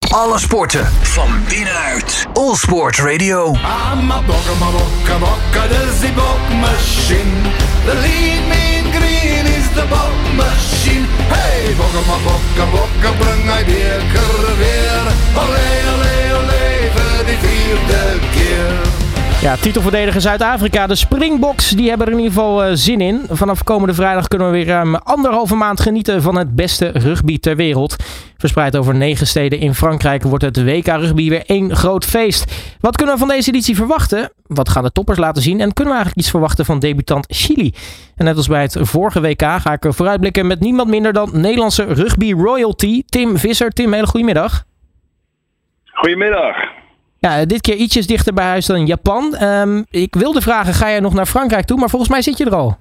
Alle sporten van binnenuit. All Sport Radio. I'm a bokka, dus die bokmachine. De lean mean green is de bokmachine. Hey, bokka, breng hij weer. Olé, olé, olé, voor die vierde keer. Ja, titelverdediger Zuid-Afrika, de Springboks, die hebben er in ieder geval zin in. Vanaf komende vrijdag kunnen we weer ruim 1,5 maand genieten van het beste rugby ter wereld. Verspreid over 9 steden in Frankrijk wordt het WK Rugby weer één groot feest. Wat kunnen we van deze editie verwachten? Wat gaan de toppers laten zien? En kunnen we eigenlijk iets verwachten van debutant Chili? En net als bij het vorige WK ga ik vooruitblikken met niemand minder dan Nederlandse rugby royalty Tim Visser. Tim, hele goedemiddag. Goedemiddag. Ja, dit keer ietsjes dichter bij huis dan Japan. Ik wilde vragen, ga jij nog naar Frankrijk toe? Maar volgens mij zit je er al.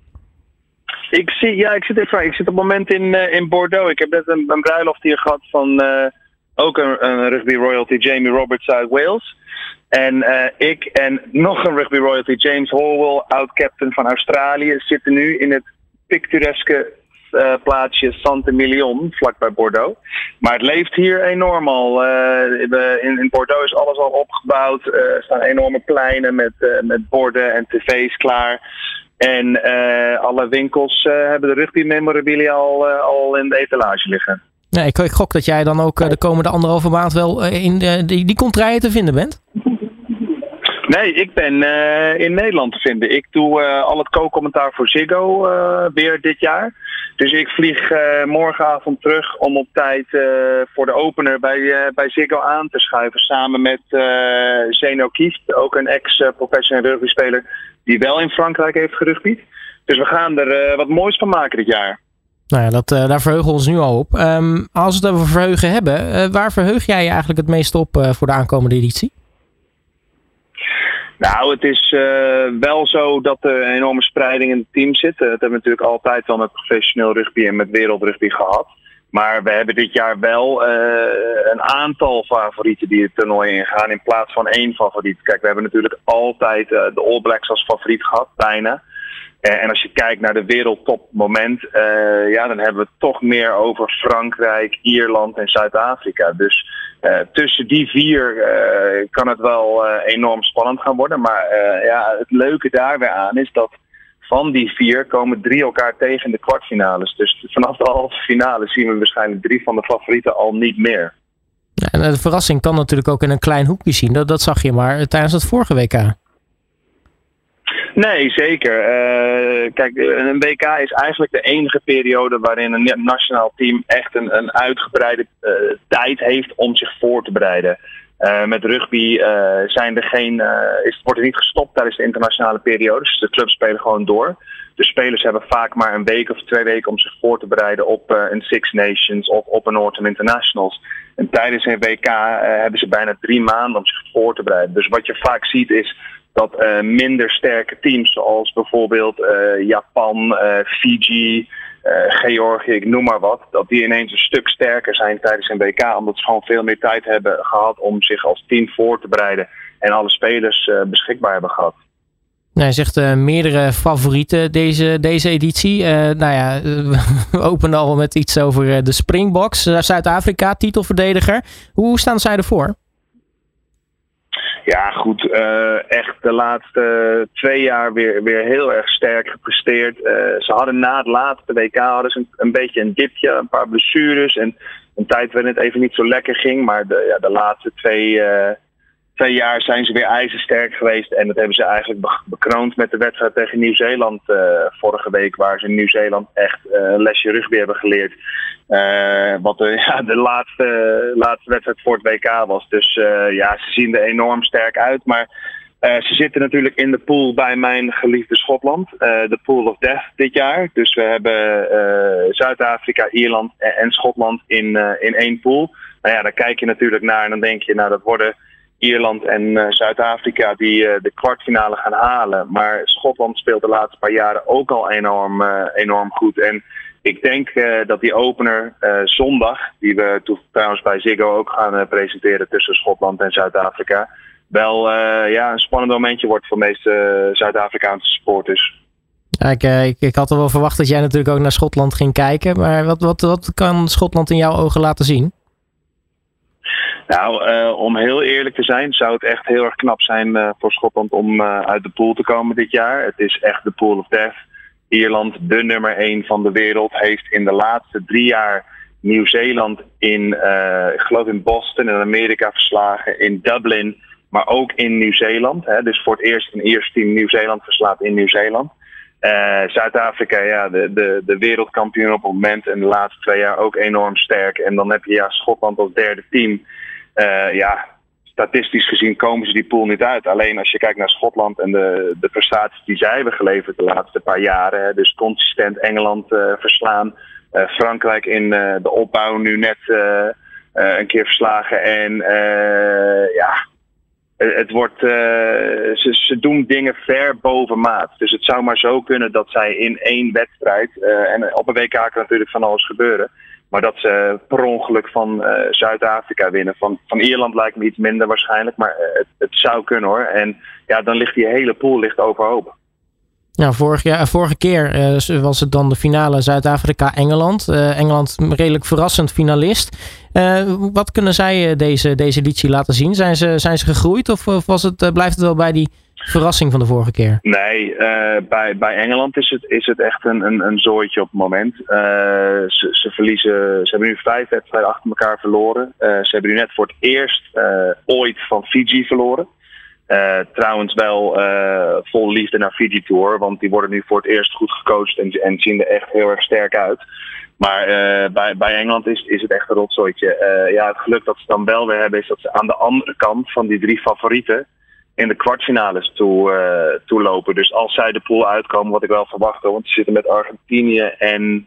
Ik zit in Frankrijk. Ik zit op het moment in Bordeaux. Ik heb net een bruiloft hier gehad van ook een rugby royalty, Jamie Roberts uit Wales. En ik en nog een rugby royalty, James Horwell, oud-captain van Australië, zitten nu in het pictureske plaatsje Saint-Emilion, vlakbij Bordeaux. Maar het leeft hier enorm al. In Bordeaux is alles al opgebouwd. Er staan enorme pleinen met borden en tv's klaar. En alle winkels hebben de rugby memorabilia al in de etalage liggen. Ja, ik gok dat jij dan ook de komende 1,5 maand wel in die contraien te vinden bent. Nee, ik ben in Nederland te vinden. Ik doe al het co-commentaar voor Ziggo weer dit jaar. Dus ik vlieg morgenavond terug om op tijd voor de opener bij Ziggo aan te schuiven. Samen met Zeno Kieft, ook een ex-professioneel rugbyspeler die wel in Frankrijk heeft gerugbied. Dus we gaan er wat moois van maken dit jaar. Nou ja, daar verheugen we ons nu al op. Als we het over verheugen hebben, waar verheug jij je eigenlijk het meest op voor de aankomende editie? Nou, het is wel zo dat er een enorme spreiding in het team zit. Dat hebben we natuurlijk altijd wel met professioneel rugby en met wereldrugby gehad. Maar we hebben dit jaar wel een aantal favorieten die het toernooi ingaan in plaats van 1 favoriet. Kijk, we hebben natuurlijk altijd de All Blacks als favoriet gehad, bijna. En als je kijkt naar de wereldtopmoment, dan hebben we het toch meer over Frankrijk, Ierland en Zuid-Afrika. Dus tussen die 4 kan het wel enorm spannend gaan worden. Maar het leuke daar weer aan is dat van die 4 komen 3 elkaar tegen in de kwartfinales. Dus vanaf de halve finale zien we waarschijnlijk 3 van de favorieten al niet meer. Ja, en de verrassing kan natuurlijk ook in een klein hoekje zien. Dat zag je maar tijdens het vorige WK. Nee, zeker. Kijk, een WK is eigenlijk de enige periode waarin een nationaal team echt een uitgebreide tijd heeft om zich voor te bereiden. Met rugby wordt er niet gestopt tijdens de internationale periodes. Dus de clubs spelen gewoon door. De spelers hebben vaak maar een week of 2 weken om zich voor te bereiden op een Six Nations of op een Autumn Internationals. En tijdens een WK hebben ze bijna 3 maanden om zich voor te bereiden. Dus wat je vaak ziet is dat minder sterke teams zoals bijvoorbeeld Japan, Fiji, Georgië, ik noem maar wat, dat die ineens een stuk sterker zijn tijdens een WK, omdat ze gewoon veel meer tijd hebben gehad om zich als team voor te bereiden en alle spelers beschikbaar hebben gehad. Nou, je zegt meerdere favorieten deze editie. We openen al met iets over de Springboks. Zuid-Afrika, titelverdediger. Hoe staan zij ervoor? Ja, goed. Echt de laatste 2 jaar weer heel erg sterk gepresteerd. Ze hadden na het laatste WK een beetje een dipje, een paar blessures en een tijd waarin het even niet zo lekker ging. Maar de laatste 2 jaar zijn ze weer ijzersterk geweest. En dat hebben ze eigenlijk bekroond met de wedstrijd tegen Nieuw-Zeeland vorige week. Waar ze in Nieuw-Zeeland echt een lesje rugby hebben geleerd. Wat de laatste wedstrijd voor het WK was. Dus ze zien er enorm sterk uit. Maar ze zitten natuurlijk in de pool bij mijn geliefde Schotland. De Pool of Death dit jaar. Dus we hebben Zuid-Afrika, Ierland en Schotland in 1 pool. Nou ja, daar kijk je natuurlijk naar en dan denk je, dat worden Ierland en Zuid-Afrika die de kwartfinale gaan halen. Maar Schotland speelt de laatste paar jaren ook al enorm goed. En ik denk dat die opener zondag, die we trouwens bij Ziggo ook gaan presenteren tussen Schotland en Zuid-Afrika, wel een spannend momentje wordt voor de meeste Zuid-Afrikaanse supporters. Ja, ik had er wel verwacht dat jij natuurlijk ook naar Schotland ging kijken. Maar wat kan Schotland in jouw ogen laten zien? Nou, om heel eerlijk te zijn, zou het echt heel erg knap zijn voor Schotland om uit de pool te komen dit jaar. Het is echt de pool of death. Ierland, de nummer 1 van de wereld, heeft in de laatste 3 jaar Nieuw-Zeeland ik geloof in Boston in Amerika verslagen, in Dublin, maar ook in Nieuw-Zeeland. Dus voor het eerst een Iers team Nieuw-Zeeland verslaat in Nieuw-Zeeland. Zuid-Afrika, ja, de wereldkampioen op het moment en de laatste 2 jaar ook enorm sterk. En dan heb je Schotland als derde team. Statistisch gezien komen ze die pool niet uit. Alleen als je kijkt naar Schotland en de prestaties die zij hebben geleverd de laatste paar jaren. Dus consistent Engeland verslaan. Frankrijk in de opbouw nu net een keer verslagen. En het wordt, ze doen dingen ver boven maat. Dus het zou maar zo kunnen dat zij in 1 wedstrijd, en op een WK kan natuurlijk van alles gebeuren, maar dat ze per ongeluk van Zuid-Afrika winnen. Van Ierland lijkt me iets minder waarschijnlijk, maar het zou kunnen hoor. En ja, dan ligt die hele pool overhoop. Ja, vorige keer was het dan de finale Zuid-Afrika-Engeland. Engeland redelijk verrassend finalist. Wat kunnen zij deze editie laten zien? Zijn ze gegroeid of blijft het wel bij die verrassing van de vorige keer? Nee, bij Engeland is het echt een zooitje op het moment. Ze verliezen. Ze hebben nu 5 wedstrijden achter elkaar verloren. Ze hebben nu net voor het eerst ooit van Fiji verloren. Trouwens wel vol liefde naar Fiji toe hoor, want die worden nu voor het eerst goed gecoacht en zien er echt heel erg sterk uit. Maar bij Engeland is het echt een rotzooitje. Het geluk dat ze dan wel weer hebben is dat ze aan de andere kant van die 3 favorieten in de kwartfinales toe lopen. Dus als zij de pool uitkomen, wat ik wel verwacht hoor, want ze zitten met Argentinië en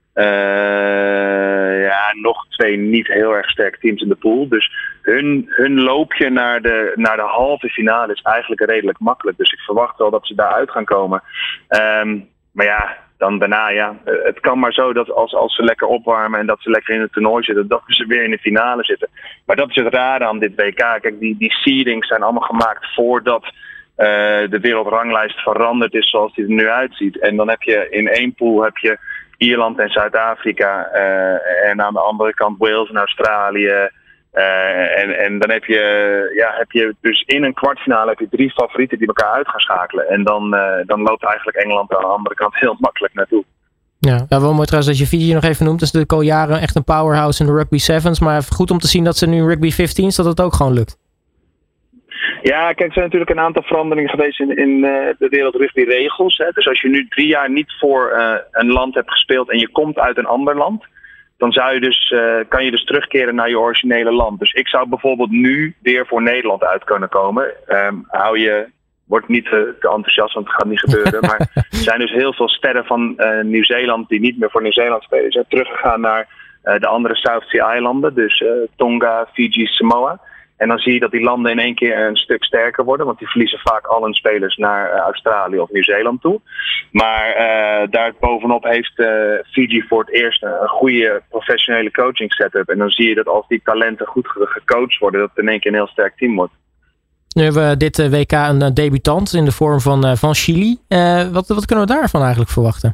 nog 2 niet heel erg sterke teams in de pool. Dus hun loopje naar de halve finale is eigenlijk redelijk makkelijk. Dus ik verwacht wel dat ze daaruit gaan komen. Maar ja, dan daarna, het kan maar zo dat als ze lekker opwarmen en dat ze lekker in het toernooi zitten, dat ze weer in de finale zitten. Maar dat is het rare aan dit WK. Kijk, die seedings zijn allemaal gemaakt voordat de wereldranglijst veranderd is zoals die er nu uitziet. En dan heb je in 1 pool Ierland en Zuid-Afrika en aan de andere kant Wales en Australië. En dan heb je dus in een kwartfinale 3 favorieten die elkaar uit gaan schakelen. En dan loopt eigenlijk Engeland aan de andere kant heel makkelijk naartoe. Ja, wel mooi trouwens dat je Fiji nog even noemt. Dat is natuurlijk al jaren echt een powerhouse in de rugby sevens. Maar goed om te zien dat ze nu in rugby 15's dat het ook gewoon lukt. Ja, kijk, er zijn natuurlijk een aantal veranderingen geweest in de wereldrugbyregels. Dus als je nu 3 jaar niet voor een land hebt gespeeld en je komt uit een ander land, dan kan je dus terugkeren naar je originele land. Dus ik zou bijvoorbeeld nu weer voor Nederland uit kunnen komen. Word niet te enthousiast, want het gaat niet gebeuren. Maar er zijn dus heel veel sterren van Nieuw-Zeeland die niet meer voor Nieuw-Zeeland spelen. Ze zijn teruggegaan naar de andere South Sea-eilanden. Dus Tonga, Fiji, Samoa. En dan zie je dat die landen in één keer een stuk sterker worden. Want die verliezen vaak al hun spelers naar Australië of Nieuw-Zeeland toe. Maar daar bovenop heeft Fiji voor het eerst een goede professionele coaching setup. En dan zie je dat als die talenten goed gecoacht worden, dat het in één keer een heel sterk team wordt. Nu hebben we dit WK een debutant in de vorm van Chili. Wat kunnen we daarvan eigenlijk verwachten?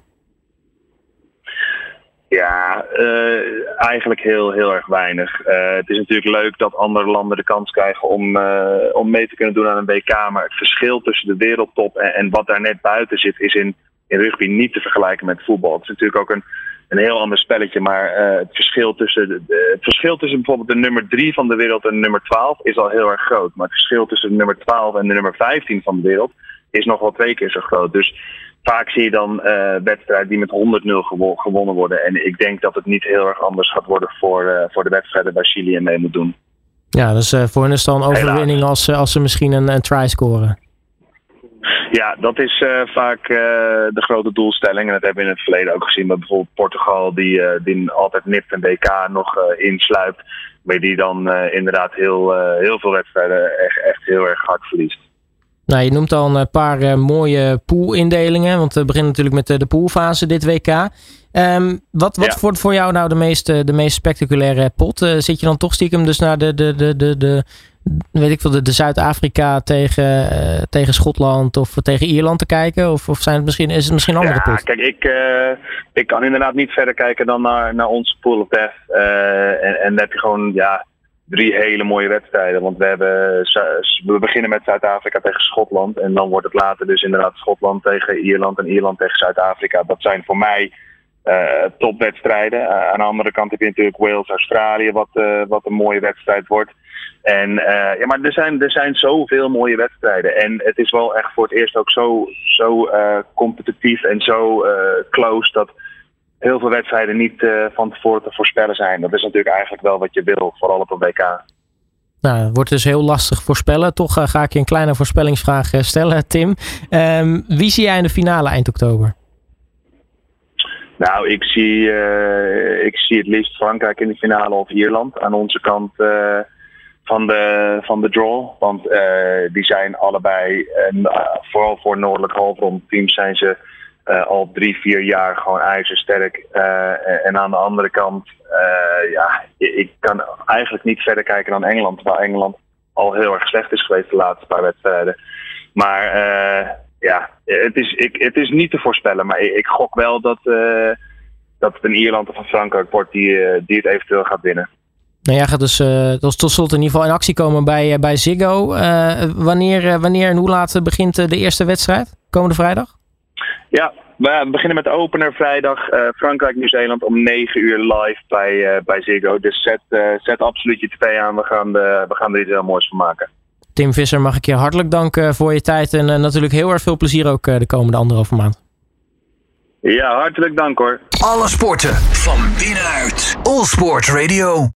Ja, eigenlijk heel erg weinig. Het is natuurlijk leuk dat andere landen de kans krijgen om mee te kunnen doen aan een WK. Maar het verschil tussen de wereldtop en wat daar net buiten zit is in rugby niet te vergelijken met voetbal. Het is natuurlijk ook een heel ander spelletje. Maar het verschil tussen bijvoorbeeld de nummer 3 van de wereld en de nummer 12 is al heel erg groot. Maar het verschil tussen de nummer 12 en de nummer 15 van de wereld is nog wel 2 keer zo groot. Dus vaak zie je dan wedstrijden die met 100-0 gewonnen worden. En ik denk dat het niet heel erg anders gaat worden voor de wedstrijden waar Chili mee moet doen. Ja, dus voor hen is het dan een overwinning als ze misschien een try scoren. Ja, dat is vaak de grote doelstelling. En dat hebben we in het verleden ook gezien met bijvoorbeeld Portugal, die altijd nipt een WK nog insluipt. Maar die dan inderdaad heel veel wedstrijden echt heel erg hard verliest. Nou, je noemt al een paar mooie poolindelingen, want we beginnen natuurlijk met de poolfase dit WK. Wat wordt voor jou nou de meest spectaculaire pot? Zit je dan toch stiekem dus naar de Zuid-Afrika tegen Schotland of tegen Ierland te kijken? Of is het misschien een andere pot? Kijk, ik kan inderdaad niet verder kijken dan naar onze pool of death. En dan heb je gewoon 3 hele mooie wedstrijden. Want we beginnen met Zuid-Afrika tegen Schotland. En dan wordt het later dus inderdaad Schotland tegen Ierland en Ierland tegen Zuid-Afrika. Dat zijn voor mij topwedstrijden. Aan de andere kant heb je natuurlijk Wales-Australië, wat een mooie wedstrijd wordt. En maar er zijn zoveel mooie wedstrijden. En het is wel echt voor het eerst ook zo competitief en zo close dat heel veel wedstrijden niet van tevoren te voorspellen zijn. Dat is natuurlijk eigenlijk wel wat je wil, vooral op een WK. Nou, het wordt dus heel lastig voorspellen. Toch ga ik je een kleine voorspellingsvraag stellen, Tim. Wie zie jij in de finale eind oktober? Nou, ik zie het liefst Frankrijk in de finale of Ierland aan onze kant van de draw. Want die zijn allebei, vooral voor noordelijk halfrond teams zijn ze al 3-4 jaar gewoon ijzersterk. En aan de andere kant, ik kan eigenlijk niet verder kijken dan Engeland. Terwijl Engeland al heel erg slecht is geweest de laatste paar wedstrijden. Maar het is niet te voorspellen. Maar ik gok wel dat het een Ierland of een Frankrijk wordt die het eventueel gaat winnen. Nou, jij gaat dus tot slot in ieder geval in actie komen bij Ziggo. Wanneer en hoe laat begint de eerste wedstrijd? Komende vrijdag? Ja, we beginnen met de opener vrijdag. Frankrijk-Nieuw-Zeeland om 9 uur live bij Ziggo. Dus zet absoluut je tv aan. We gaan er iets heel moois van maken. Tim Visser, mag ik je hartelijk danken voor je tijd. En natuurlijk heel erg veel plezier ook de komende 1,5 maand. Ja, hartelijk dank hoor. Alle sporten van binnenuit. All Sport Radio.